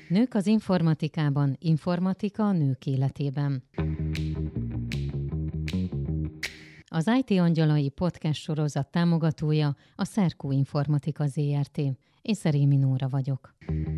Nők az informatikában, informatika a nők életében. Az IT Angyalai podcast sorozat támogatója a Szerkó Informatika Zrt. Én Szerémi Nóra vagyok.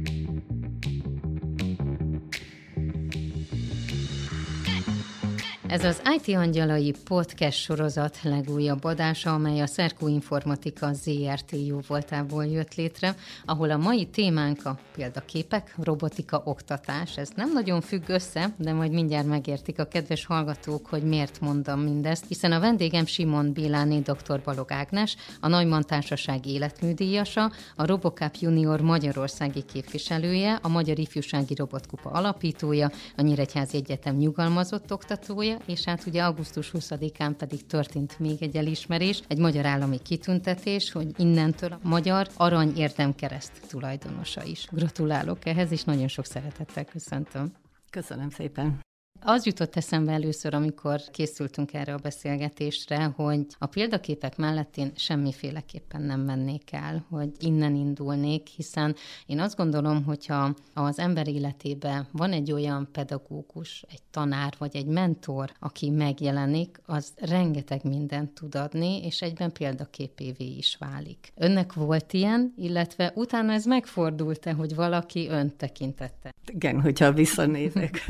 Ez az IT Angyalai podcast sorozat legújabb adása, amely a Szerkó Informatika Zrt. Jóvoltából jött létre, ahol a mai témánk a példaképek, robotika, oktatás. Ez nem nagyon függ össze, de majd mindjárt megértik a kedves hallgatók, hogy miért mondom mindezt, hiszen a vendégem Simon Béláné dr. Balogh Ágnes, a Neumann Társaság életműdíjasa, a RoboCup Junior magyarországi képviselője, a Magyar Ifjúsági Robotkupa alapítója, a Nyíregyházi Egyetem nyugalmazott oktatója, és hát ugye augusztus 20-án pedig történt még egy elismerés, egy magyar állami kitüntetés, hogy innentől a magyar arany érdemkereszt tulajdonosa is. Gratulálok ehhez, és nagyon sok szeretettel köszöntöm. Köszönöm szépen. Az jutott eszembe először, amikor készültünk erre a beszélgetésre, hogy a példaképek mellett én semmiféleképpen nem mennék el, hogy innen indulnék, hiszen én azt gondolom, hogyha az ember életében van egy olyan pedagógus, egy tanár vagy egy mentor, aki megjelenik, az rengeteg mindent tud adni, és egyben példaképévé is válik. Önnek volt ilyen, illetve utána ez megfordult-e, hogy valaki önt tekintette? Igen, hogyha visszanézek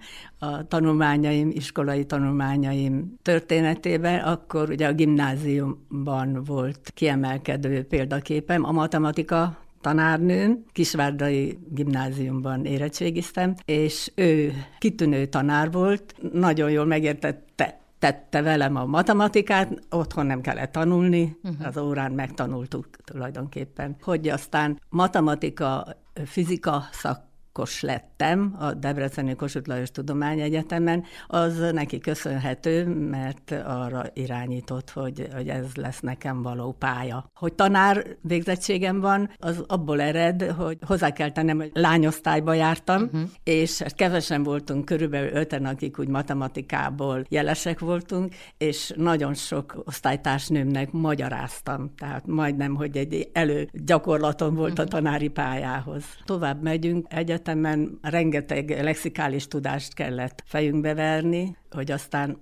a tanulmányaim, iskolai tanulmányaim történetében, akkor ugye a gimnáziumban volt kiemelkedő példaképem, a matematika tanárnőm, Kisvárdai gimnáziumban érettségiztem, és ő kitűnő tanár volt, nagyon jól megértette velem a matematikát, otthon nem kellett tanulni, az órán megtanultuk tulajdonképpen. Hogy aztán matematika, fizika szakos lettem a Debreceni Kossuth Lajos Tudományegyetemen, az neki köszönhető, mert arra irányított, hogy ez lesz nekem való pálya. Hogy tanár végzettségem van, az abból ered, hogy hozzá kell tennem, hogy lányosztályba jártam, és kevesen voltunk, körülbelül 5-en, akik úgy matematikából jelesek voltunk, és nagyon sok osztálytársnőmnek magyaráztam, tehát majdnem, hogy egy előgyakorlatom volt a tanári pályához. Tovább megyünk, egyetemen rengeteg lexikális tudást kellett fejünkbe verni, hogy aztán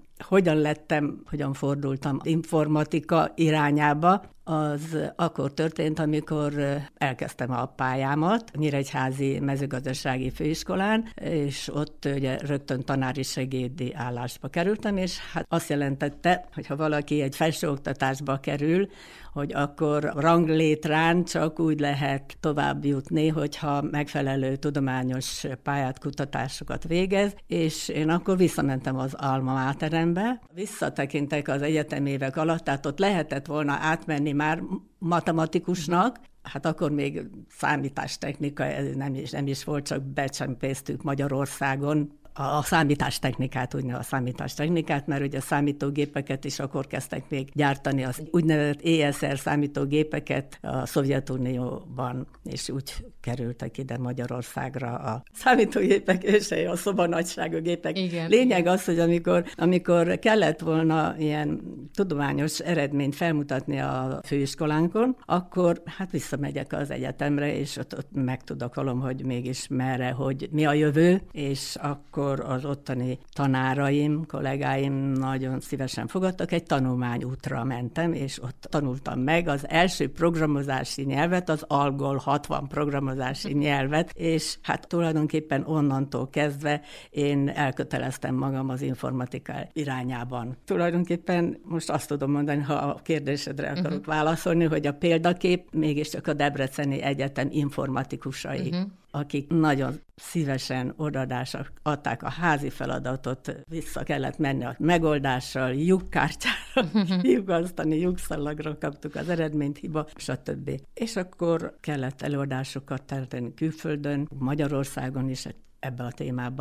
hogyan fordultam informatika irányába, az akkor történt, amikor elkezdtem a pályámat a Nyíregyházi Mezőgazdasági Főiskolán, és ott ugye rögtön tanári segédi állásba kerültem, és hát azt jelentette, hogy ha valaki egy felsőoktatásba kerül, hogy akkor ranglétrán csak úgy lehet tovább jutni, hogyha megfelelő tudományos pályát, kutatásokat végez, és én akkor visszamentem az Alma Materembe. Visszatekintek az egyetemévek alatt, tehát ott lehetett volna átmenni már matematikusnak, hát akkor még számítástechnika nem is volt, csak becsempésztük Magyarországon a számítástechnikát, úgynevezett számítástechnikát, mert ugye számítógépeket is akkor kezdtek még gyártani, az úgynevezett ESR számítógépeket a Szovjetunióban, és úgy kerültek ide Magyarországra a számítógépek ősei, a szobanagyságú gépek. Igen. Lényeg az, hogy amikor kellett volna ilyen tudományos eredményt felmutatni a főiskolánkon, akkor hát visszamegyek az egyetemre, és ott megtudakolom, hogy mégis merre, hogy mi a jövő, és akkor az ottani tanáraim, kollégáim nagyon szívesen fogadtak, egy tanulmányútra mentem, és ott tanultam meg az első programozási nyelvet, az Algol 60 programozási nyelvet, és hát tulajdonképpen onnantól kezdve én elköteleztem magam az informatika irányában. Tulajdonképpen most azt tudom mondani, ha a kérdésedre akarok válaszolni, hogy a példakép mégiscsak a Debreceni Egyetem informatikusai, akik nagyon szívesen odaadásra adták a házi feladatot, vissza kellett menni a megoldással, lyukkártyára, lyukasztani, lyukszalagra kaptuk az eredményt, hiba, stb. És akkor kellett előadásokat tartani külföldön, Magyarországon is ebbe a témába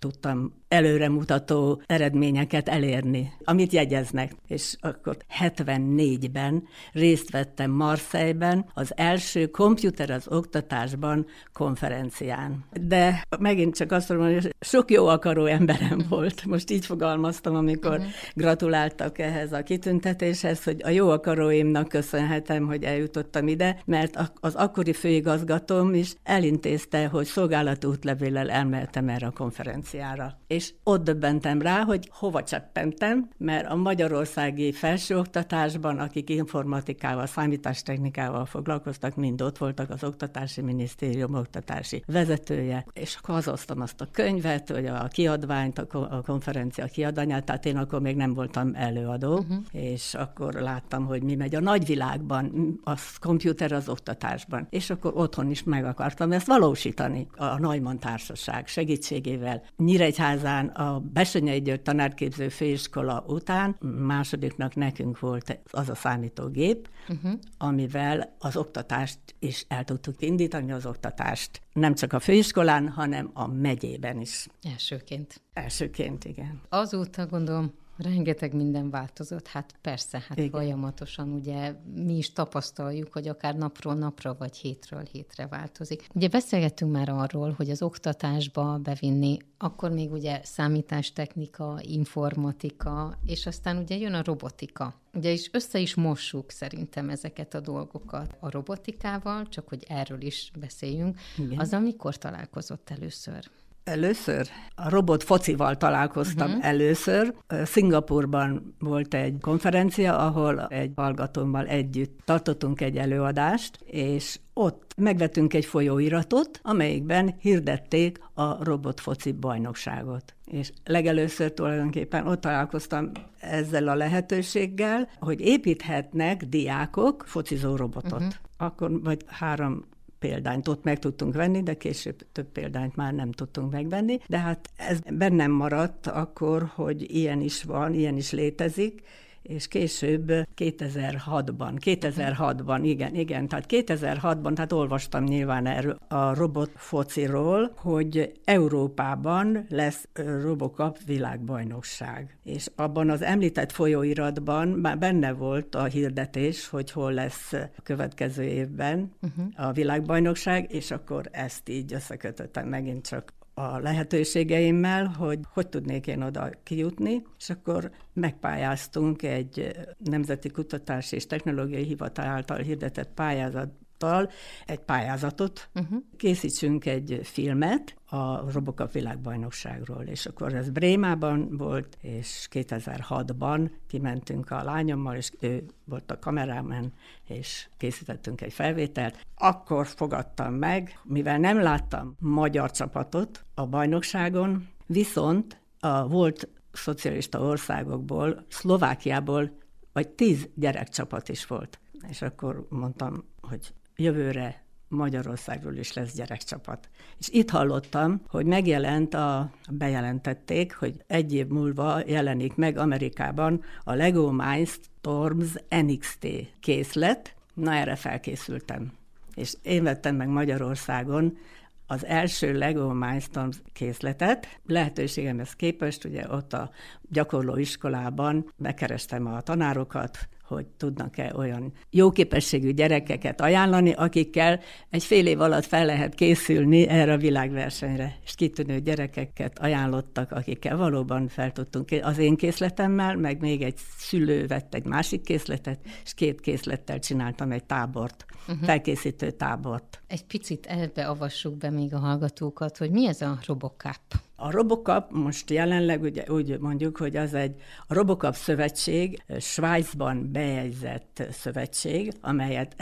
tudtam előremutató eredményeket elérni, amit jegyeznek. És akkor 74-ben részt vettem Marseille-ben az első Komputer az oktatásban konferencián. De megint csak azt mondom, hogy sok jó akaró emberem volt. Most így fogalmaztam, amikor gratuláltak ehhez a kitüntetéshez, hogy a jó akaróimnak köszönhetem, hogy eljutottam ide, mert az akkori főigazgatóm is elintézte, hogy szolgálati útlevéllel elmehetem erre a konferenciára. És ott döbbentem rá, hogy hova cseppentem, mert a magyarországi felsőoktatásban, akik informatikával, számítástechnikával foglalkoztak, mind ott voltak, az Oktatási Minisztérium oktatási vezetője, és akkor hazaztam azt a könyvet, hogy a kiadványt, a konferencia kiadványát, tehát én akkor még nem voltam előadó, és akkor láttam, hogy mi megy a nagyvilágban, a komputer az oktatásban, és akkor otthon is meg akartam ezt valósítani. A Neumann Társaság segítségével Nyíregyházán a Bessenyei György tanárképző főiskola után másodiknak nekünk volt az a számítógép, amivel az oktatást is el tudtuk indítani, az oktatást nem csak a főiskolán, hanem a megyében is. Elsőként, igen. Azóta gondolom, rengeteg minden változott, hát persze, igen. Folyamatosan ugye mi is tapasztaljuk, hogy akár napról napra, vagy hétről hétre változik. Ugye beszélgettünk már arról, hogy az oktatásba bevinni, akkor még ugye számítástechnika, informatika, és aztán ugye jön a robotika. Ugye is össze is mossuk szerintem ezeket a dolgokat a robotikával, csak hogy erről is beszéljünk. Igen. Az, amikor találkozott először? Először a robot focival találkoztam először. Szingapurban volt egy konferencia, ahol egy hallgatómmal együtt tartottunk egy előadást, és ott megvettünk egy folyóiratot, amelyikben hirdették a robotfoci bajnokságot. És legelőször tulajdonképpen ott találkoztam ezzel a lehetőséggel, hogy építhetnek diákok focizó robotot. Akkor vagy 3 példányt ott meg tudtunk venni, de később több példányt már nem tudtunk megvenni. De hát ez bennem maradt akkor, hogy ilyen is van, ilyen is létezik, és később 2006-ban, igen, tehát 2006-ban, tehát olvastam nyilván erről a robotfociról, hogy Európában lesz RoboCup világbajnokság. És abban az említett folyóiratban már benne volt a hirdetés, hogy hol lesz a következő évben a világbajnokság, és akkor ezt így összekötöttem megint csak a lehetőségeimmel, hogy tudnék én oda kijutni, és akkor megpályáztunk egy Nemzeti Kutatási és Technológiai Hivatal által hirdetett pályázattal egy pályázatot, készítsünk egy filmet a RoboCup világbajnokságról, és akkor ez Brémában volt, és 2006-ban kimentünk a lányommal, és ő volt a kamerámen, és készítettünk egy felvételt. Akkor fogadtam meg, mivel nem láttam magyar csapatot a bajnokságon, viszont a volt szocialista országokból, Szlovákiából vagy 10 gyerekcsapat is volt. És akkor mondtam, hogy jövőre Magyarországról is lesz gyerekcsapat. És itt hallottam, hogy bejelentették, hogy 1 év múlva jelenik meg Amerikában a Lego Mindstorms NXT készlet. Na, erre felkészültem. És én vettem meg Magyarországon az első Lego Mindstorms készletet. Lehetőségemhez képest, ugye ott a gyakorló iskolában megkerestem a tanárokat, hogy tudnak-e olyan jó képességű gyerekeket ajánlani, akikkel egy fél év alatt fel lehet készülni erre a világversenyre. És kitűnő gyerekeket ajánlottak, akikkel valóban fel tudtunk. Az én készletemmel, meg még egy szülő vett egy másik készletet, és 2 készlettel csináltam egy tábort, felkészítő tábort. Egy picit ebbe avassuk be még a hallgatókat, hogy mi ez a RoboCup? A RoboCup most jelenleg ugye úgy mondjuk, hogy az a RoboCup szövetség, Svájcban bejegyzett szövetség, amelyet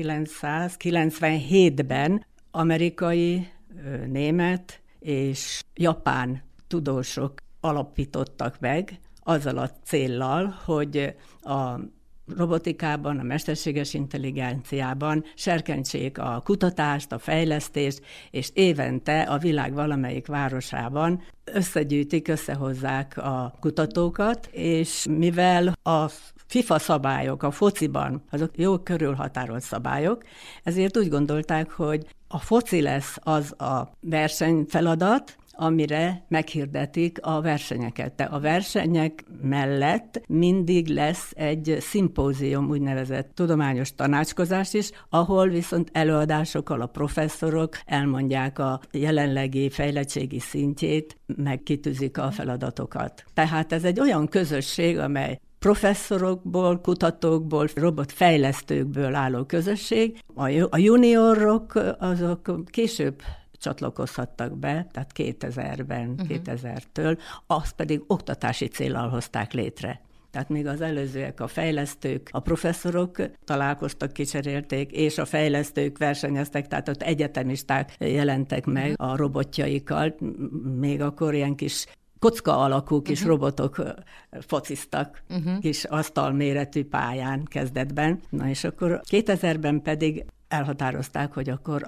1997-ben amerikai, német és japán tudósok alapítottak meg azzal a céllal, hogy a robotikában, a mesterséges intelligenciában serkentsék a kutatást, a fejlesztést, és évente a világ valamelyik városában összehozzák a kutatókat, és mivel a FIFA szabályok a fociban, azok jó körülhatárolt szabályok, ezért úgy gondolták, hogy a foci lesz az a versenyfeladat, amire meghirdetik a versenyeket. De a versenyek mellett mindig lesz egy szimpózium, úgynevezett tudományos tanácskozás is, ahol viszont előadásokkal a professzorok elmondják a jelenlegi fejlettségi szintjét, meg kitűzik a feladatokat. Tehát ez egy olyan közösség, amely professzorokból, kutatókból, robotfejlesztőkből álló közösség. A juniorok azok később csatlakozhattak be, tehát 2000-ben, 2000-től, azt pedig oktatási céllal hozták létre. Tehát még az előzőek, a fejlesztők, a professzorok találkoztak, kicserélték, és a fejlesztők versenyeztek, tehát ott egyetemisták jelentek meg a robotjaikkal, még akkor ilyen kis kocka alakú kis robotok fociztak, kis asztalméretű pályán kezdetben. Na és akkor 2000-ben pedig elhatározták, hogy akkor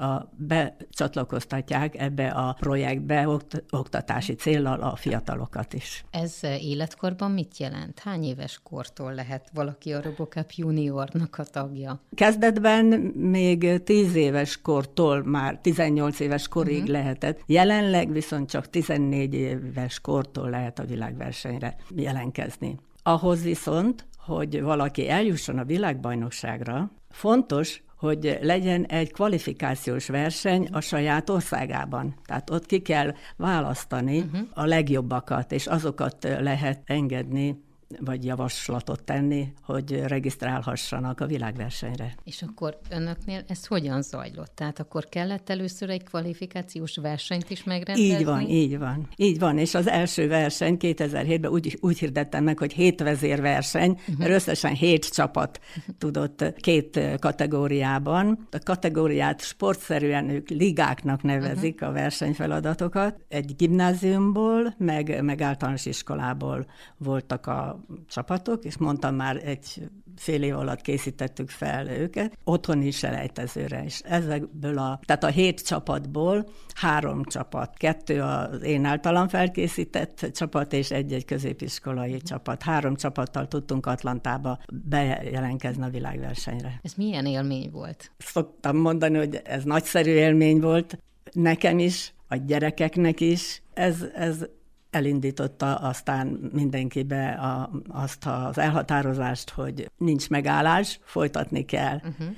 becsatlakoztatják ebbe a projektbe oktatási céllal a fiatalokat is. Ez életkorban mit jelent? Hány éves kortól lehet valaki a RoboCup juniornak a tagja? Kezdetben még 10 éves kortól már 18 éves korig lehetett. Jelenleg viszont csak 14 éves kortól lehet a világversenyre jelentkezni. Ahhoz viszont, hogy valaki eljusson a világbajnokságra, fontos, hogy legyen egy kvalifikációs verseny a saját országában. Tehát ott ki kell választani a legjobbakat, és azokat lehet engedni, vagy javaslatot tenni, hogy regisztrálhassanak a világversenyre. És akkor önöknél ez hogyan zajlott? Tehát akkor kellett először egy kvalifikációs versenyt is megrendezni? Így van. És az első verseny 2007-ben úgy hirdettem meg, hogy 7 vezérverseny, mert összesen 7 csapat tudott 2 kategóriában. A kategóriát sportszerűen ők ligáknak nevezik a versenyfeladatokat. Egy gimnáziumból, meg általános iskolából voltak a csapatok, és mondtam, már egy fél év alatt készítettük fel őket, otthoni selejtezőre is. Ezekből tehát a 7 csapatból 3 csapat, 2 az én általam felkészített csapat, és egy középiskolai csapat. 3 csapattal tudtunk Atlantába bejelentkezni a világversenyre. Ez milyen élmény volt? Szoktam mondani, hogy ez nagyszerű élmény volt, nekem is, a gyerekeknek is. Ez elindította aztán mindenkibe azt az elhatározást, hogy nincs megállás, folytatni kell.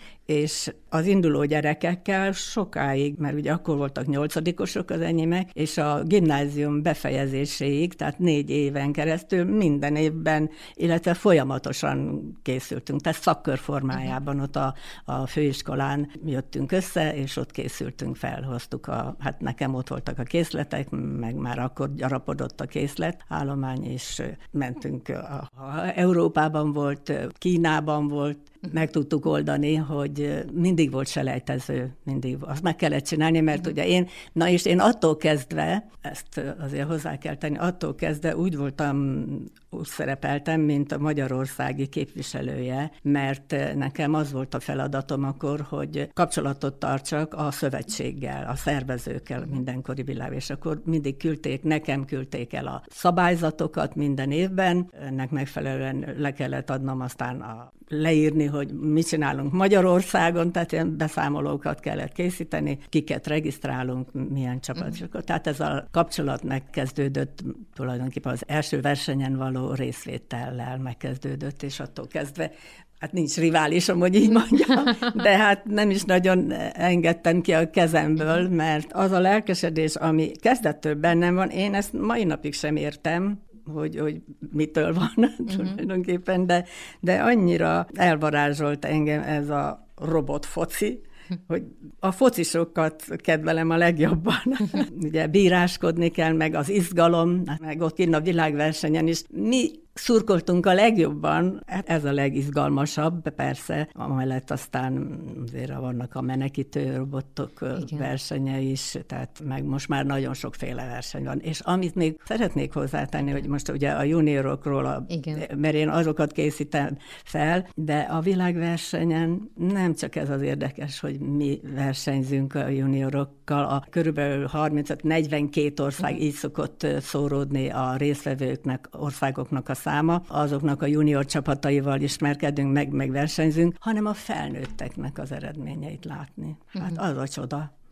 És az induló gyerekekkel sokáig, mert ugye akkor voltak 8-osok az enyémek, és a gimnázium befejezéséig, tehát 4 éven keresztül minden évben, illetve folyamatosan készültünk. Tehát szakkör formájában ott a főiskolán jöttünk össze, és ott készültünk fel, hoztuk hát nekem ott voltak a készletek, meg már akkor gyarapodott a készletállomány, és mentünk. Európában volt, Kínában volt, meg tudtuk oldani, hogy mindig volt selejtező, mindig. Azt meg kellett csinálni, mert ugye én attól kezdve, ezt azért hozzá kell tenni, attól kezdve úgy szerepeltem, mint a magyarországi képviselője, mert nekem az volt a feladatom akkor, hogy kapcsolatot tartsak a szövetséggel, a szervezőkkel mindenkori világ, és akkor mindig nekem küldték el a szabályzatokat minden évben, ennek megfelelően le kellett adnom aztán leírni, hogy mit csinálunk Magyarországon, tehát ilyen beszámolókat kellett készíteni, kiket regisztrálunk, milyen csapatokat. Tehát ez a kapcsolat megkezdődött tulajdonképpen az első versenyen való részvétellel megkezdődött, és attól kezdve hát nincs riválisom, hogy így mondjam, de hát nem is nagyon engedtem ki a kezemből, mert az a lelkesedés, ami kezdettől bennem van, én ezt mai napig sem értem, hogy mitől van tulajdonképpen, de annyira elvarázsolt engem ez a robotfoci, hogy a focisokat kedvelem a legjobban. Ugye bíráskodni kell, meg az izgalom, meg ott kint a világversenyen is. Mi szurkoltunk a legjobban, ez a legizgalmasabb, persze, amellett aztán azért vannak a menekítő robotok versenye is, tehát meg most már nagyon sokféle verseny van. És amit még szeretnék hozzátenni, hogy most ugye a juniorokról, mert én azokat készítem fel, de a világversenyen nem csak ez az érdekes, hogy mi versenyzünk a juniorokkal, a körülbelül 35-42 ország így szokott szóródni a résztvevőknek, országoknak a száma, azoknak a junior csapataival ismerkedünk, meg versenyzünk, hanem a felnőtteknek az eredményeit látni. Hát az a csoda.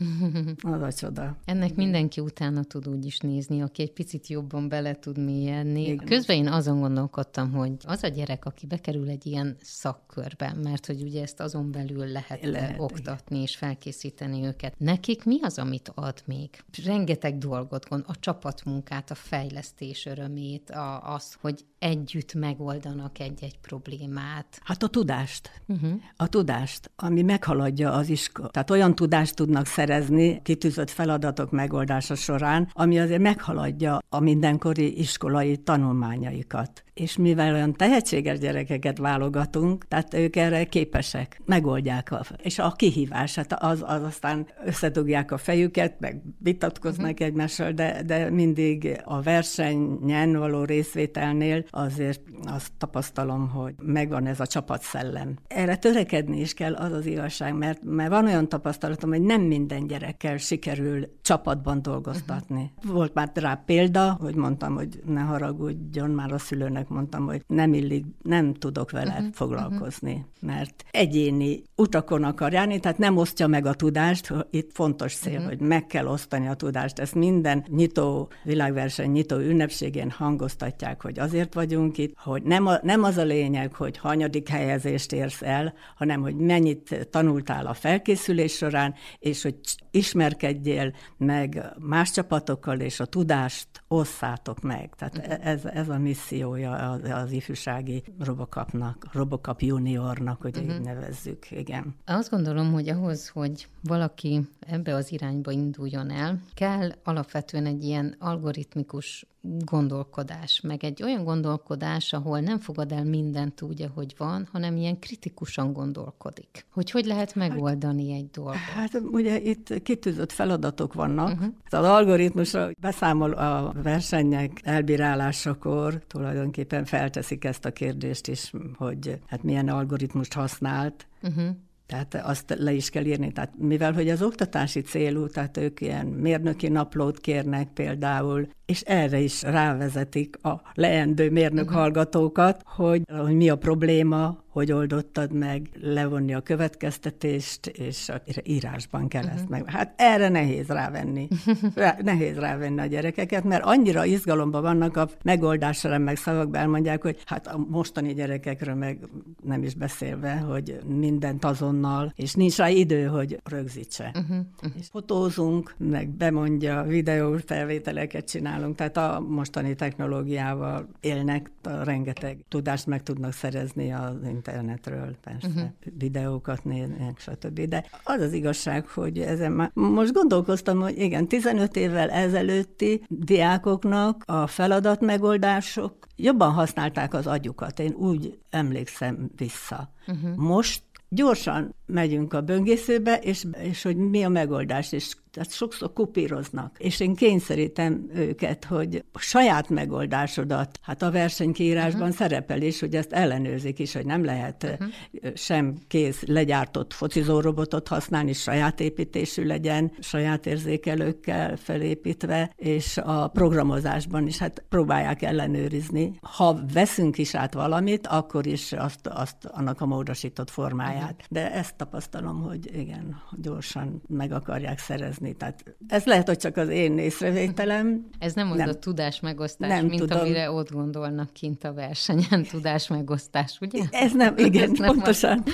Az a csoda. Ennek mindenki utána tud úgy is nézni, aki egy picit jobban bele tud mélyedni. Igen. Közben én azon gondolkodtam, hogy az a gyerek, aki bekerül egy ilyen szakkörbe, mert hogy ugye ezt azon belül lehet oktatni és felkészíteni őket. Nekik mi az, amit ad még? Rengeteg dolgot gond, a csapatmunkát, a fejlesztés örömét, az, hogy együtt megoldanak egy-egy problémát. Hát a tudást. A tudást, ami meghaladja az iskola. Tehát olyan tudást tudnak szerezni kitűzött feladatok megoldása során, ami azért meghaladja a mindenkori iskolai tanulmányaikat. És mivel olyan tehetséges gyerekeket válogatunk, tehát ők erre képesek, megoldják. És a kihívás, hát az aztán összedugják a fejüket, meg vitatkoznak egymással, de mindig a versenyen való részvételnél azért azt tapasztalom, hogy megvan ez a csapatszellem. Erre törekedni is kell, az az igazság, mert van olyan tapasztalatom, hogy nem minden gyerekkel sikerül csapatban dolgoztatni. Volt már rá példa, hogy mondtam, hogy ne haragudjon, már a szülőnek mondtam, hogy nem illik, nem tudok vele foglalkozni, mert egyéni utakon akar járni, tehát nem osztja meg a tudást. Itt fontos cél, hogy meg kell osztani a tudást. Ezt minden nyitó világverseny, nyitó ünnepségén hangoztatják, hogy azért vagyunk itt, hogy nem az a lényeg, hogy hanyadik helyezést érsz el, hanem hogy mennyit tanultál a felkészülés során, és hogy ismerkedjél meg más csapatokkal, és a tudást osszátok meg. Tehát ez a missziója az ifjúsági Robocupnak, Robocup juniornak, hogy így nevezzük, igen. Azt gondolom, hogy ahhoz, hogy valaki ebbe az irányba induljon el, kell alapvetően egy ilyen algoritmikus gondolkodás, meg egy olyan gondolkodás, ahol nem fogad el mindent úgy, ahogy van, hanem ilyen kritikusan gondolkodik. Hogy lehet megoldani egy dolgot? Hát ugye itt kitűzött feladatok vannak. Az algoritmusra beszámol a versenyek elbírálásakor, tulajdonképpen felteszik ezt a kérdést is, hogy hát milyen algoritmust használt. Tehát azt le is kell írni. Tehát mivel, hogy az oktatási célú, tehát ők ilyen mérnöki naplót kérnek például, és erre is rávezetik a leendő mérnök hallgatókat, hogy mi a probléma, hogy oldottad meg, levonni a következtetést, és a írásban kell ezt meg. Hát erre nehéz rávenni. Nehéz rávenni a gyerekeket, mert annyira izgalomban vannak a megoldásra, meg szavakban elmondják, hogy hát a mostani gyerekekről meg nem is beszélve, hogy mindent azonnal, és nincs rá idő, hogy rögzítse. És fotózunk, meg bemondja, videófelvételeket csinálunk, tehát a mostani technológiával élnek, rengeteg tudást meg tudnak szerezni az internetről, persze, videókat néznek, stb. De az az igazság, hogy ezen már most gondolkoztam, hogy igen, 15 évvel ezelőtti diákoknak a feladatmegoldások jobban használták az agyukat. Én úgy emlékszem vissza. Most gyorsan megyünk a böngészőbe, és hogy mi a megoldás, és tehát sokszor kupíroznak. És én kényszerítem őket, hogy a saját megoldásodat, hát a versenykiírásban szerepel is, hogy ezt ellenőrzik is, hogy nem lehet sem kész legyártott focizó robotot használni, saját építésű legyen, saját érzékelőkkel felépítve, és a programozásban is hát próbálják ellenőrizni. Ha veszünk is át valamit, akkor is azt annak a módosított formáját. De ezt tapasztalom, hogy igen, gyorsan meg akarják szerezni. Tehát ez lehet, hogy csak az én észrevételem. Ez nem az a tudásmegosztás, mint tudom. Amire ott gondolnak kint a versenyen, tudásmegosztás, ugye? Ez nem, igen, ez pontosan.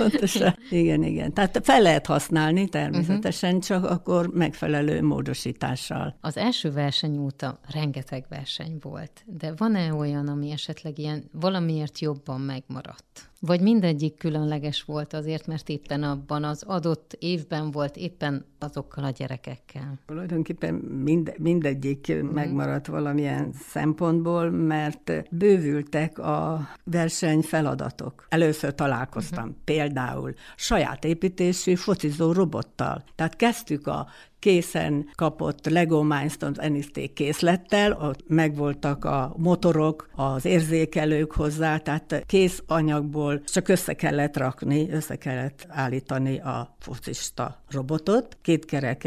Igen. Tehát fel lehet használni természetesen, csak akkor megfelelő módosítással. Az első verseny óta rengeteg verseny volt, de van-e olyan, ami esetleg ilyen valamiért jobban megmaradt? Vagy mindegyik különleges volt azért, mert éppen abban az adott évben volt, éppen azokkal a gyerekekkel? Tulajdonképpen mindegyik megmaradt valamilyen szempontból, mert bővültek a versenyfeladatok. Először találkoztam például saját építésű focizó robottal. Tehát kezdtük a készen kapott Lego Mindstorm NXT készlettel, ott megvoltak a motorok, az érzékelők hozzá, tehát kész anyagból csak össze kellett állítani a focista robotot, két kereken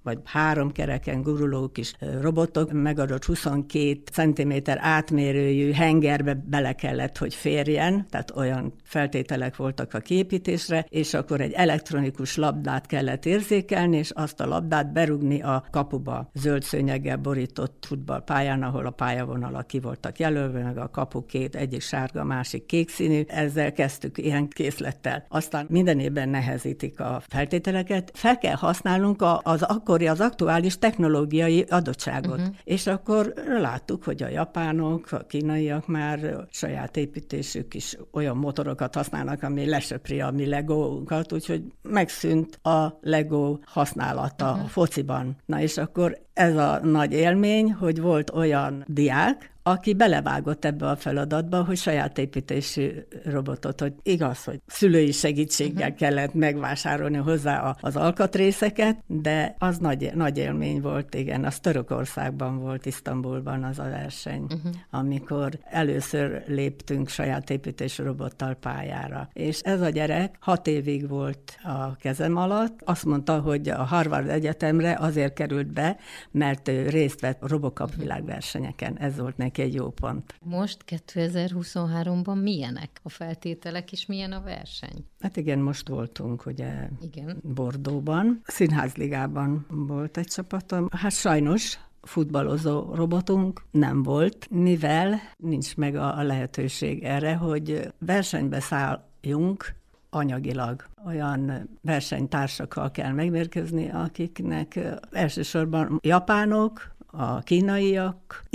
vagy 3 kereken guruló kis robotok, megadott 22 centiméter átmérőjű hengerbe bele kellett, hogy férjen, tehát olyan feltételek voltak a kiépítésre, és akkor egy elektronikus labdát kellett érzékelni, és azt a labdát berúgni a kapuba. Zöld szőnyeggel borított futballpályán, ahol a pályavonalak ki voltak jelölve, meg a kapu egyik sárga, másik kék színű. Ezzel kezdtük ilyen készlettel. Aztán minden évben nehezítik a feltételeket. Fel kell használnunk az aktuális technológiai adottságot. És akkor láttuk, hogy a japánok, a kínaiak már saját építésük is olyan motorokat használnak, ami lesöpri a mi legónkat, úgyhogy megszűnt a legó használata a fociban. Na és akkor ez a nagy élmény, hogy volt olyan diák, aki belevágott ebbe a feladatba, hogy saját építésű robotot, hogy igaz, hogy szülői segítséggel kellett megvásárolni hozzá az alkatrészeket, de az nagy élmény volt, igen, az Törökországban volt, Isztambulban az a verseny, amikor először léptünk saját építésű robottal pályára. És ez a gyerek 6 évig volt a kezem alatt, azt mondta, hogy a Harvard Egyetemre azért került be, mert ő részt vett Robocop világversenyeken. Ez volt neki egy jó pont. Most 2023-ban milyenek a feltételek, és milyen a verseny? Hát igen, most voltunk ugye Bordeauxban. Színházligában volt egy csapatom. Hát sajnos futballozó robotunk nem volt, mivel nincs meg a lehetőség erre, hogy versenybe szálljunk anyagilag. Olyan versenytársakkal kell megmérkőzni, akiknek elsősorban japánok, a kínaiak,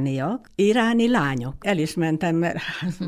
iráni lányok. El is mentem, mert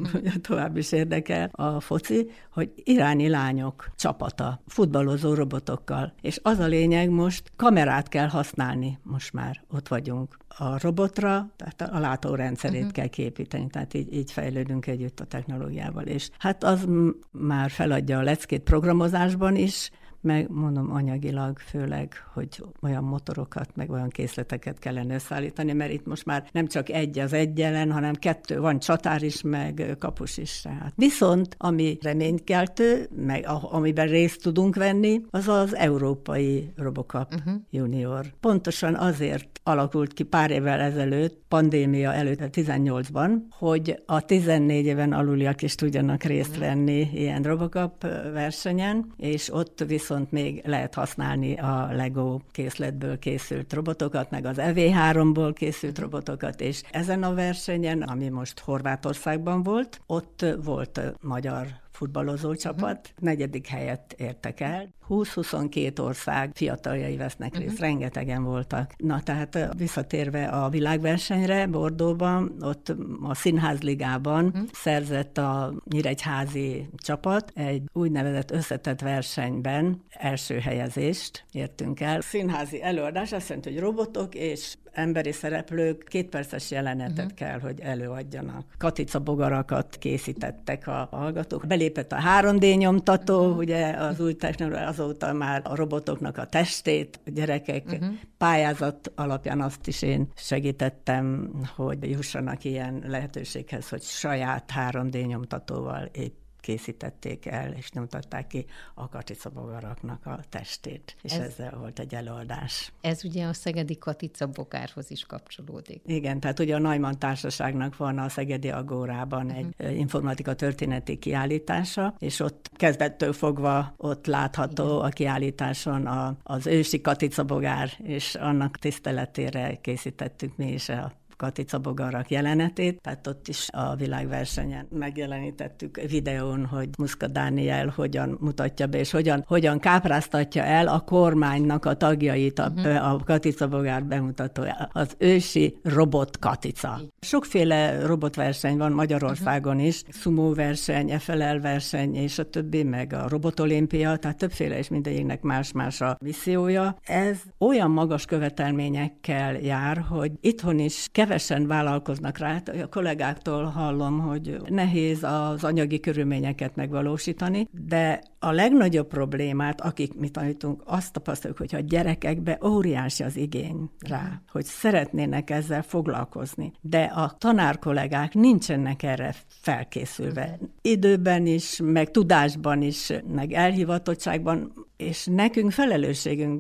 tovább is érdekel a foci, hogy iráni lányok csapata, futballozó robotokkal. És az a lényeg, most kamerát kell használni, most már ott vagyunk. A robotra, tehát a látórendszerét kell kiépíteni, tehát így fejlődünk együtt a technológiával. És hát az már feladja a leckét programozásban is, meg mondom anyagilag főleg, hogy olyan motorokat, meg olyan készleteket kellene összeállítani, mert itt most már nem csak egy az egy ellen, hanem 2, van csatár is, meg kapus is. Tehát. Viszont ami reménykeltő, meg amiben részt tudunk venni, az az Európai Robocop Junior. Pontosan azért alakult ki pár évvel ezelőtt, pandémia előtt, 18-ban, hogy a 14 éven aluliak is tudjanak részt venni ilyen Robocop versenyen, és ott viszont még lehet használni a Lego készletből készült robotokat, meg az EV3-ból készült robotokat, és ezen a versenyen, ami most Horvátországban volt, ott volt magyar futballozó csapat, 4. helyet értek el. 20-22 ország fiataljai vesznek részt, rengetegen voltak. Na, tehát visszatérve a világversenyre, Bordeauxban, ott a Színházligában szerzett a nyíregyházi csapat egy úgynevezett összetett versenyben első helyezést értünk el. Színházi előadás azt jelenti, hogy robotok és emberi szereplők 2 perces jelenetet kell, hogy előadjanak. Katica bogarakat készítettek a hallgatók. Belépett a 3D nyomtató, ugye az új technológia, azóta már a robotoknak a testét, a gyerekek pályázat alapján azt is én segítettem, hogy jussanak ilyen lehetőséghez, hogy saját 3D nyomtatóval készítették el, és nyomtatták ki a Katica bogaraknak a testét. És ezzel volt egy előadás. Ez ugye a szegedi Katica bogárhoz is kapcsolódik. Igen, tehát ugye a Neumann Társaságnak van a Szegedi Agórában egy informatika történeti kiállítása, és ott kezdettől fogva ott látható a kiállításon az ősi Katica bogár, és annak tiszteletére készítettük mi is a Katica bogarak jelenetét, tehát ott is a világversenyen megjelenítettük videón, hogy Muszka Dániel hogyan mutatja be, és hogyan kápráztatja el a kormánynak a tagjait a Katica bogár bemutatója. Az ősi robot Katica. Sokféle robotverseny van Magyarországon is, sumo verseny, FLL verseny, és a többi, meg a robotolimpia, tehát többféle, és mindegyiknek más-más a missziója. Ez olyan magas követelményekkel jár, hogy itthon is kevesen vállalkoznak rá. A kollégáktól hallom, hogy nehéz az anyagi körülményeket megvalósítani, de a legnagyobb problémát, akik mi tanítunk, azt tapasztaljuk, hogy a gyerekekbe óriási az igény rá, hogy szeretnének ezzel foglalkozni. De a tanárkollégák nincsenek erre felkészülve. Időben is, meg tudásban is, meg elhivatottságban, és nekünk felelősségünk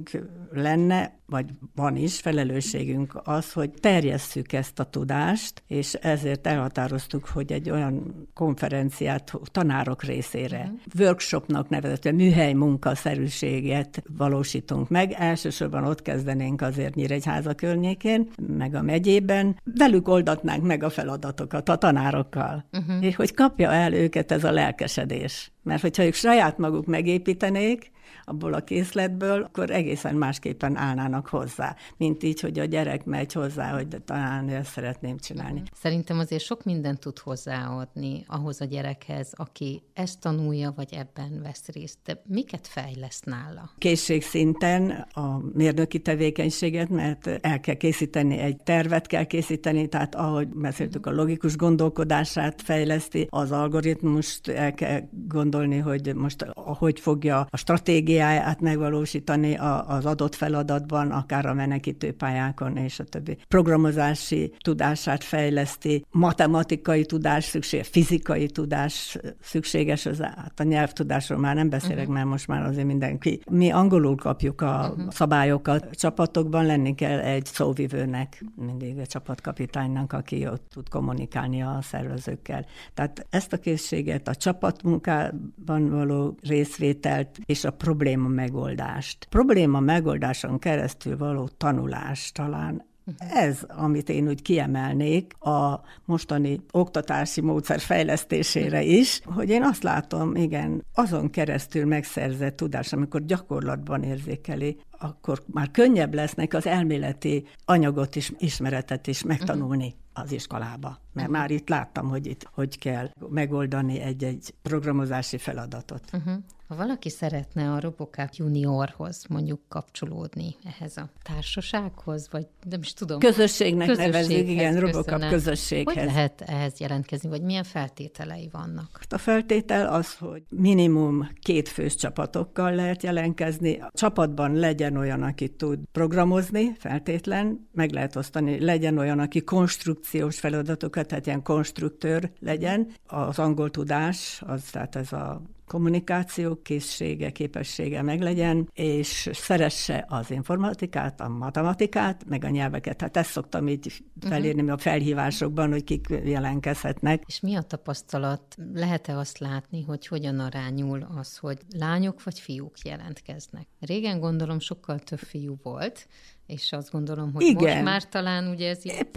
lenne, vagy van is felelősségünk az, hogy terjesszük ezt a tudást, és ezért elhatároztuk, hogy egy olyan konferenciát tanárok részére, workshopnak nevezett, műhely munkaszerűséget valósítunk meg. Elsősorban ott kezdenénk azért Nyíregyháza környékén, meg a megyében. Velük oldatnánk meg a feladatokat a tanárokkal, és hogy kapja el őket ez a lelkesedés. Mert hogyha ők saját maguk megépítenék abból a készletből, akkor egészen másképpen állnának hozzá, mint így, hogy a gyerek megy hozzá, hogy de talán ezt szeretném csinálni. Szerintem azért sok mindent tud hozzáadni ahhoz a gyerekhez, aki ezt tanulja, vagy ebben vesz részt. De miket fejleszt nála? Készségszinten a mérnöki tevékenységet, mert el kell készíteni, egy tervet kell készíteni, tehát ahogy beszéltük, a logikus gondolkodását fejleszti, az algoritmust el kell gondolni, hogy most hogy fogja a stratégiáját megvalósítani az adott feladatban, akár a menekítőpályákon és a többi. Programozási tudását fejleszti, matematikai tudás szükséges, fizikai tudás szükséges, a nyelvtudásról már nem beszélek, mert most már azért mindenki. Mi angolul kapjuk a szabályokat. Csapatokban lenni kell egy szóvivőnek, mindig a csapatkapitánynak, aki ott tud kommunikálni a szervezőkkel. Tehát ezt a készséget, a csapatmunkában való részvételt és a probléma megoldást. Probléma megoldáson keresztül való tanulás talán ez, amit én úgy kiemelnék a mostani oktatási módszer fejlesztésére is, hogy én azt látom, igen, azon keresztül megszerzett tudás, amikor gyakorlatban érzékeli, akkor már könnyebb lesznek az elméleti anyagot is, ismeretet is megtanulni az iskolába. Mert már itt láttam, hogy itt hogy kell megoldani egy programozási feladatot. Ha valaki szeretne a Robocap Juniorhoz mondjuk kapcsolódni ehhez a társasághoz, vagy nem is tudom. Közösségnek nevezzük, igen, Robocap közösséghez. Hogy lehet ehhez jelentkezni, vagy milyen feltételei vannak? A feltétel az, hogy minimum 2 fős csapatokkal lehet jelentkezni. A csapatban legyen olyan, aki tud programozni, feltétlen, meg lehet osztani, legyen olyan, aki konstrukciós feladatokat, tehát ilyen konstruktőr legyen. Az angol tudás, tehát ez a kommunikáció készsége, képessége meglegyen, és szeresse az informatikát, a matematikát, meg a nyelveket. Hát ezt szoktam így felírni a felhívásokban, hogy kik jelentkezhetnek. És mi a tapasztalat? Lehet-e azt látni, hogy hogyan arányul az, hogy lányok vagy fiúk jelentkeznek? Régen gondolom sokkal több fiú volt, és azt gondolom, hogy igen. Most már talán ugye ez így...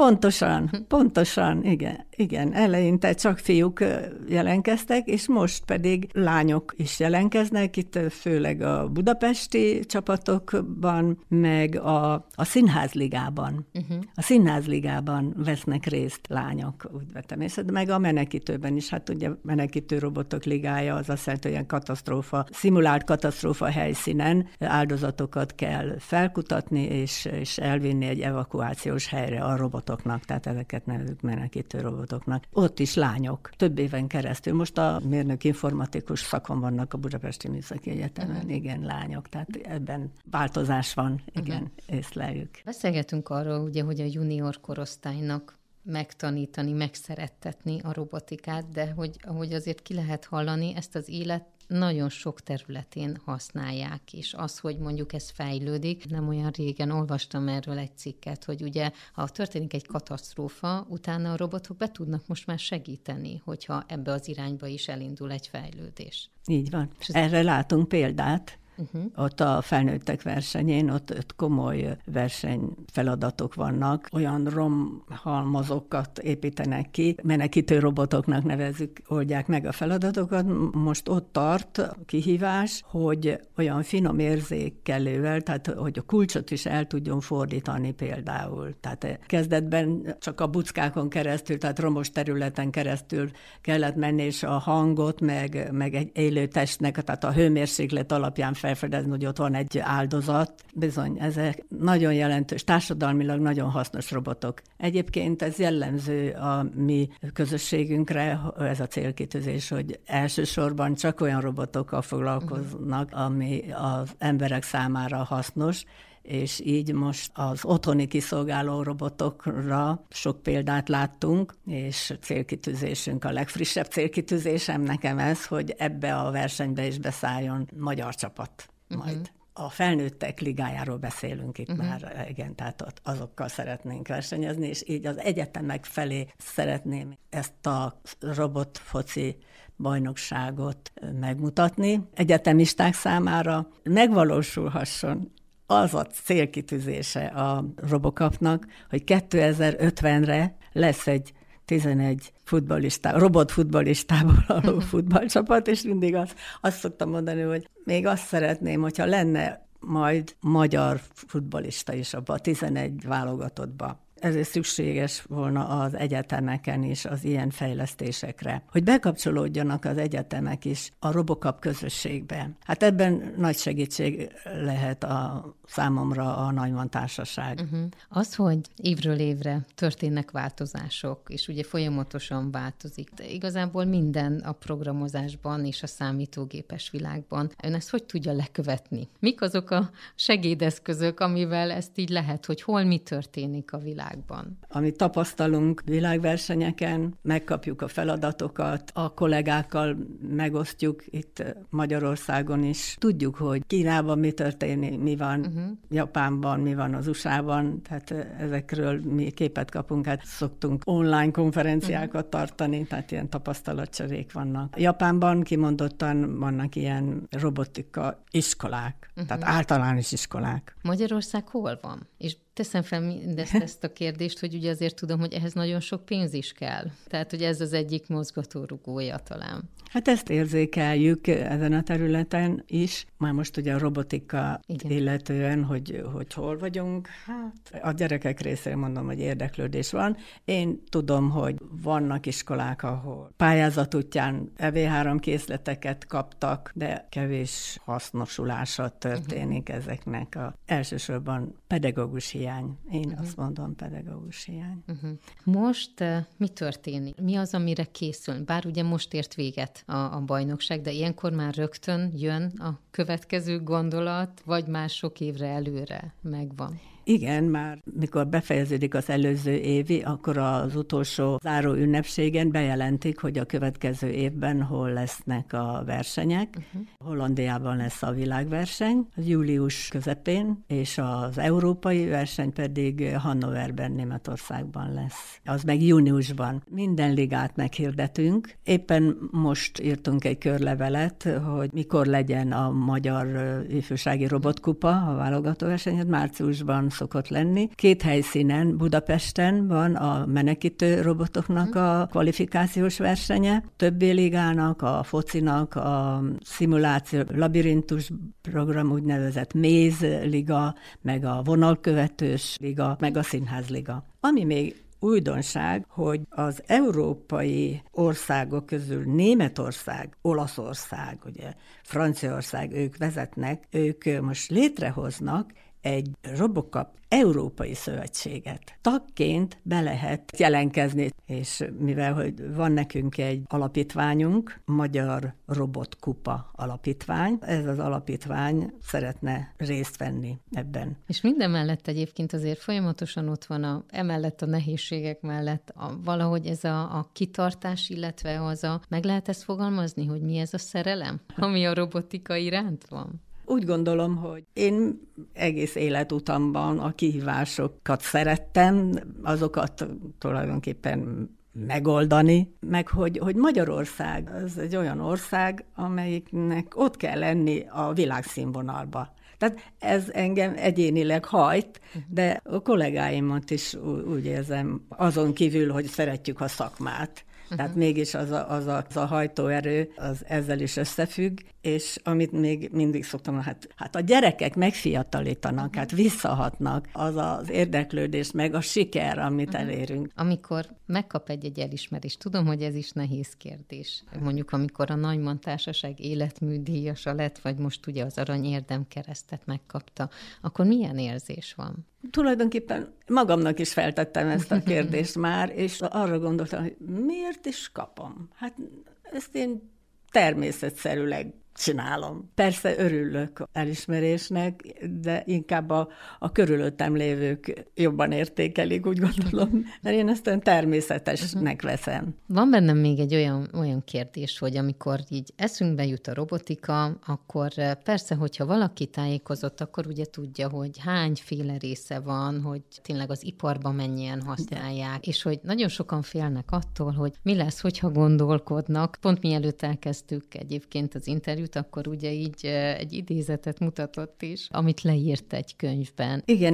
Pontosan, igen. Eleinte csak fiúk jelentkeztek, és most pedig lányok is jelentkeznek, itt főleg a budapesti csapatokban, meg a Színházligában. A Színházligában vesznek részt lányok, úgy vettem észre, meg a menekítőben is. Hát ugye menekítő robotok ligája, az azt jelenti, hogy ilyen szimulált katasztrófa helyszínen áldozatokat kell felkutatni, és elvinni egy evakuációs helyre a robotoknak, tehát ezeket nevezzük menekítő robotoknak. Ott is lányok, több éven keresztül. Most a mérnök informatikus szakon vannak a Budapesti Műszaki Egyetemen, igen, lányok, tehát ebben változás van, igen, észleljük. Beszélgetünk arról, ugye, hogy a junior korosztálynak megtanítani, megszerettetni a robotikát, de hogy azért ki lehet hallani, ezt az élet nagyon sok területén használják, és az, hogy mondjuk ez fejlődik. Nem olyan régen olvastam erről egy cikket, hogy ugye, ha történik egy katasztrófa, utána a robotok be tudnak most már segíteni, hogyha ebbe az irányba is elindul egy fejlődés. Így van. Erre látunk példát. Ott a felnőttek versenyén, ott komoly versenyfeladatok vannak, olyan romhalmazokat építenek ki, menekítő robotoknak nevezzük, oldják meg a feladatokat. Most ott tart a kihívás, hogy olyan finom érzékelővel, tehát hogy a kulcsot is el tudjon fordítani például. Tehát kezdetben csak a buckákon keresztül, tehát romos területen keresztül kellett menni, és a hangot, meg egy élő testnek, tehát a hőmérséklet alapján felfedezni, hogy ott van egy áldozat. Bizony, ezek nagyon jelentős, társadalmilag nagyon hasznos robotok. Egyébként ez jellemző a mi közösségünkre, ez a célkitűzés, hogy elsősorban csak olyan robotokkal foglalkoznak, ami az emberek számára hasznos, és így most az otthoni kiszolgáló robotokra sok példát láttunk, és célkitűzésünk, a legfrissebb célkitűzésem nekem ez, hogy ebbe a versenybe is beszálljon magyar csapat majd. A felnőttek ligájáról beszélünk itt már, igen, tehát azokkal szeretnénk versenyezni, és így az egyetemek felé szeretném ezt a robotfoci bajnokságot megmutatni. Egyetemisták számára megvalósulhasson az a célkitűzése a RoboCupnak, hogy 2050-re lesz egy 11 robotfutballistából álló futballcsapat, és mindig azt szoktam mondani, hogy még azt szeretném, hogyha lenne majd magyar futballista is abban a 11 válogatottban. Ezért szükséges volna az egyetemeken is az ilyen fejlesztésekre, hogy bekapcsolódjanak az egyetemek is a RoboCup közösségbe. Hát ebben nagy segítség lehet számomra a Neumann Társaság. Az, hogy évről évre történnek változások, és ugye folyamatosan változik, de igazából minden a programozásban és a számítógépes világban. Ön ezt hogy tudja lekövetni? Mik azok a segédeszközök, amivel ezt így lehet, hogy hol mi történik a világban? Amit tapasztalunk világversenyeken, megkapjuk a feladatokat, a kollégákkal megosztjuk itt Magyarországon is. Tudjuk, hogy Kínában mi történik, mi van, Japánban, mi van az USA-ban, tehát ezekről mi képet kapunk, hát szoktunk online konferenciákat tartani, tehát ilyen tapasztalatcserék vannak. Japánban kimondottan vannak ilyen robotika iskolák, tehát általános iskolák. Magyarország hol van? És teszem fel mindezt ezt a kérdést, hogy ugye azért tudom, hogy ehhez nagyon sok pénz is kell. Tehát, hogy ez az egyik mozgatórugója talán. Hát ezt érzékeljük ezen a területen is. Már most ugye a robotika illetően, hogy hol vagyunk. Hát a gyerekek részéről mondom, hogy érdeklődés van. Én tudom, hogy vannak iskolák, ahol pályázat útján EV3 készleteket kaptak, de kevés hasznosulása történik ezeknek. Elsősorban pedagógus hiány. Én azt mondom, pedagógus hiány. Most mi történik? Mi az, amire készül? Bár ugye most ért véget a bajnokság, de ilyenkor már rögtön jön a következő gondolat, vagy már sok évre előre megvan? Igen, már mikor befejeződik az előző évi, akkor az utolsó záró ünnepségen bejelentik, hogy a következő évben hol lesznek a versenyek. Hollandiában lesz a világverseny, az július közepén, és az európai verseny pedig Hannoverben, Németországban lesz. Az meg júniusban. Minden ligát meghirdetünk. Éppen most írtunk egy körlevelet, hogy mikor legyen a magyar ifjúsági robotkupa, a válogatóverseny, márciusban szokott lenni. 2 helyszínen, Budapesten van a menekítő robotoknak a kvalifikációs versenye, többi ligának, a focinak, a szimuláció, labirintus program, úgynevezett Maze liga, meg a vonalkövetős liga, meg a színházliga. Ami még újdonság, hogy az európai országok közül Németország, Olaszország, ugye, Franciaország, ők vezetnek, ők most létrehoznak egy RoboCup Európai Szövetséget. Tagként be lehet jelentkezni, és mivel hogy van nekünk egy alapítványunk, Magyar Robotkupa Alapítvány, ez az alapítvány szeretne részt venni ebben. És minden mellett egyébként azért folyamatosan ott van emellett a nehézségek mellett valahogy ez a kitartás, illetve meg lehet ezt fogalmazni, hogy mi ez a szerelem, ami a robotika iránt van? Úgy gondolom, hogy én egész életutamban a kihívásokat szerettem, azokat tulajdonképpen megoldani, meg hogy Magyarország az egy olyan ország, amelyiknek ott kell lenni a világszínvonalba. Tehát ez engem egyénileg hajt, de a kollégáimat is úgy érzem, azon kívül, hogy szeretjük a szakmát. Tehát mégis az a hajtóerő, az ezzel is összefügg, és amit még mindig szoktam, hát a gyerekek megfiatalítanak, hát visszahatnak, az az érdeklődés, meg a siker, amit elérünk. Amikor megkap egy elismerést, tudom, hogy ez is nehéz kérdés. Mondjuk, amikor a Neumann Társaság életműdíjasa lett, vagy most ugye az Arany Érdemkeresztet megkapta, akkor milyen érzés van? Tulajdonképpen magamnak is feltettem ezt a kérdést már, és arra gondoltam, hogy miért is kapom? Hát ezt én természetszerűleg csinálom. Persze örülök elismerésnek, de inkább a körülöttem lévők jobban értékelik, úgy gondolom, mert én ezt olyan természetesnek veszem. Van bennem még egy olyan kérdés, hogy amikor így eszünkbe jut a robotika, akkor persze, hogyha valaki tájékozott, akkor ugye tudja, hogy hányféle része van, hogy tényleg az iparban mennyien használják, és hogy nagyon sokan félnek attól, hogy mi lesz, hogyha gondolkodnak. Pont mielőtt elkezdtük egyébként az interjút, akkor ugye így egy idézetet mutatott is, amit leírt egy könyvben. Igen,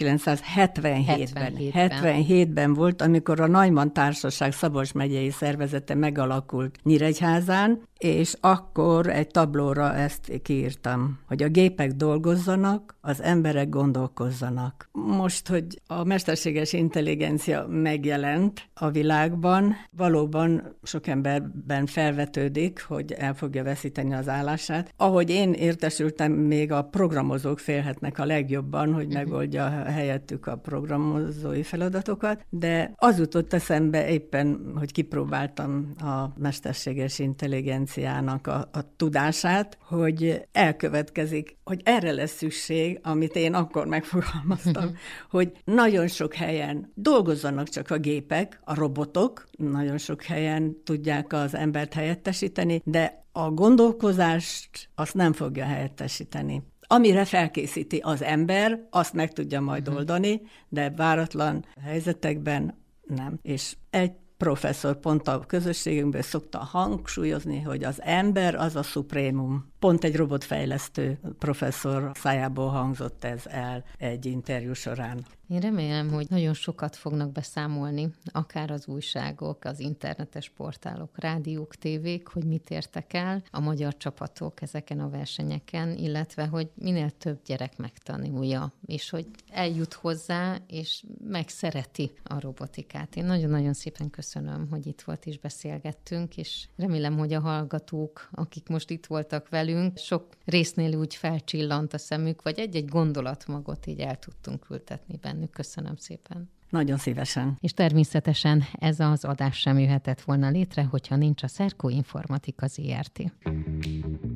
1977-ben volt, amikor a Neumann Társaság Szabolcs megyei szervezete megalakult Nyíregyházán, és akkor egy tablóra ezt kiírtam, hogy a gépek dolgozzanak, az emberek gondolkozzanak. Most, hogy a mesterséges intelligencia megjelent a világban, valóban sok emberben felvetődik, hogy el fogja veszíteni az állását. Ahogy én értesültem, még a programozók félhetnek a legjobban, hogy megoldja helyettük a programozói feladatokat, de az jutott eszembe éppen, hogy kipróbáltam a mesterséges intelligenciának a tudását, hogy elkövetkezik, hogy erre lesz szükség, amit én akkor megfogalmaztam, hogy nagyon sok helyen dolgozzanak csak a gépek, a robotok, nagyon sok helyen tudják az embert helyettesíteni, de a gondolkozást azt nem fogja helyettesíteni. Amire felkészíti az ember, azt meg tudja majd oldani, de váratlan helyzetekben nem. És egy professzor pont a közösségünkből szokta hangsúlyozni, hogy az ember az a szuprémum. Pont egy robotfejlesztő professzor szájából hangzott ez el egy interjú során. Én remélem, hogy nagyon sokat fognak beszámolni, akár az újságok, az internetes portálok, rádiók, tévék, hogy mit értek el a magyar csapatok ezeken a versenyeken, illetve hogy minél több gyerek megtanulja, és hogy eljut hozzá, és megszereti a robotikát. Én nagyon-nagyon szépen köszönöm, hogy itt volt és beszélgettünk, és remélem, hogy a hallgatók, akik most itt voltak velünk, sok résznél úgy felcsillant a szemük, vagy egy-egy gondolatmagot így el tudtunk ültetni bennük. Köszönöm szépen. Nagyon szívesen. És természetesen ez az adás sem jöhetett volna létre, hogyha nincs a Szerkó Informatika Zrt.